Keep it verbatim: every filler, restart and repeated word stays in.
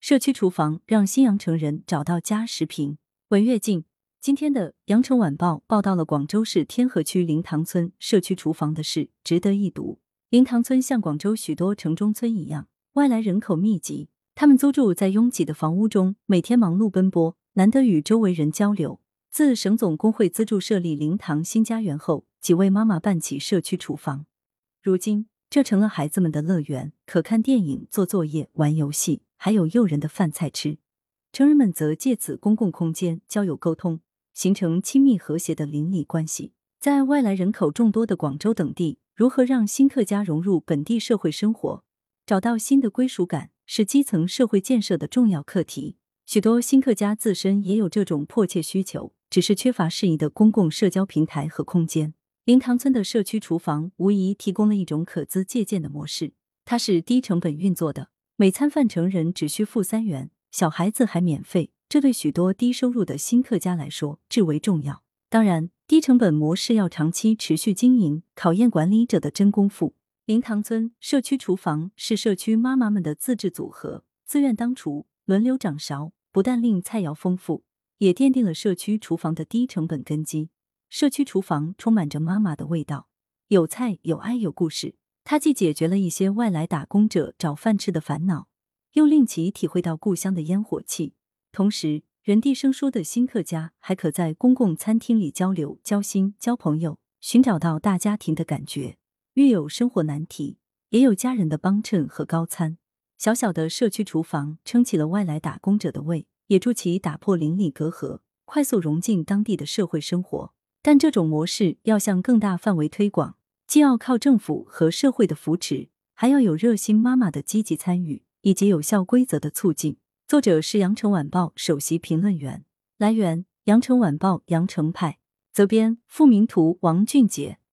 社区厨房让新阳城人找到家时评。文跃进。今天的羊城晚报报道了广州市天河区灵塘村社区厨房的事，值得一读。灵塘村像广州许多城中村一样，外来人口密集，他们租住在拥挤的房屋中，每天忙碌奔波，难得与周围人交流。自省总工会资助设立灵塘新家园后，几位妈妈办起社区厨房。如今，这成了孩子们的乐园，可看电影、做作业、玩游戏，还有诱人的饭菜吃。成人们则借此公共空间交友沟通，形成亲密和谐的邻里关系。在外来人口众多的广州等地，如何让新客家融入本地社会生活，找到新的归属感，是基层社会建设的重要课题。许多新客家自身也有这种迫切需求，只是缺乏适宜的公共社交平台和空间。灵塘村的社区厨房无疑提供了一种可资借鉴的模式，它是低成本运作的，每餐饭成人只需付三元，小孩子还免费，这对许多低收入的新客家来说至为重要。当然，低成本模式要长期持续经营，考验管理者的真功夫。灵塘村社区厨房是社区妈妈们的自治组合，自愿当厨，轮流掌勺，不但令菜肴丰富，也奠定了社区厨房的低成本根基。社区厨房充满着妈妈的味道，有菜有爱有故事。它既解决了一些外来打工者找饭吃的烦恼，又令其体会到故乡的烟火气。同时，人地生疏的新客家还可在公共餐厅里交流、交心、交朋友，寻找到大家庭的感觉。越有生活难题，也有家人的帮衬和高餐。小小的社区厨房撑起了外来打工者的胃，也助其打破邻里隔阂，快速融进当地的社会生活。但这种模式要向更大范围推广，既要靠政府和社会的扶持，还要有热心妈妈的积极参与，以及有效规则的促进。作者是羊城晚报首席评论员。来源：羊城晚报羊城派。责编：付明图，王俊杰。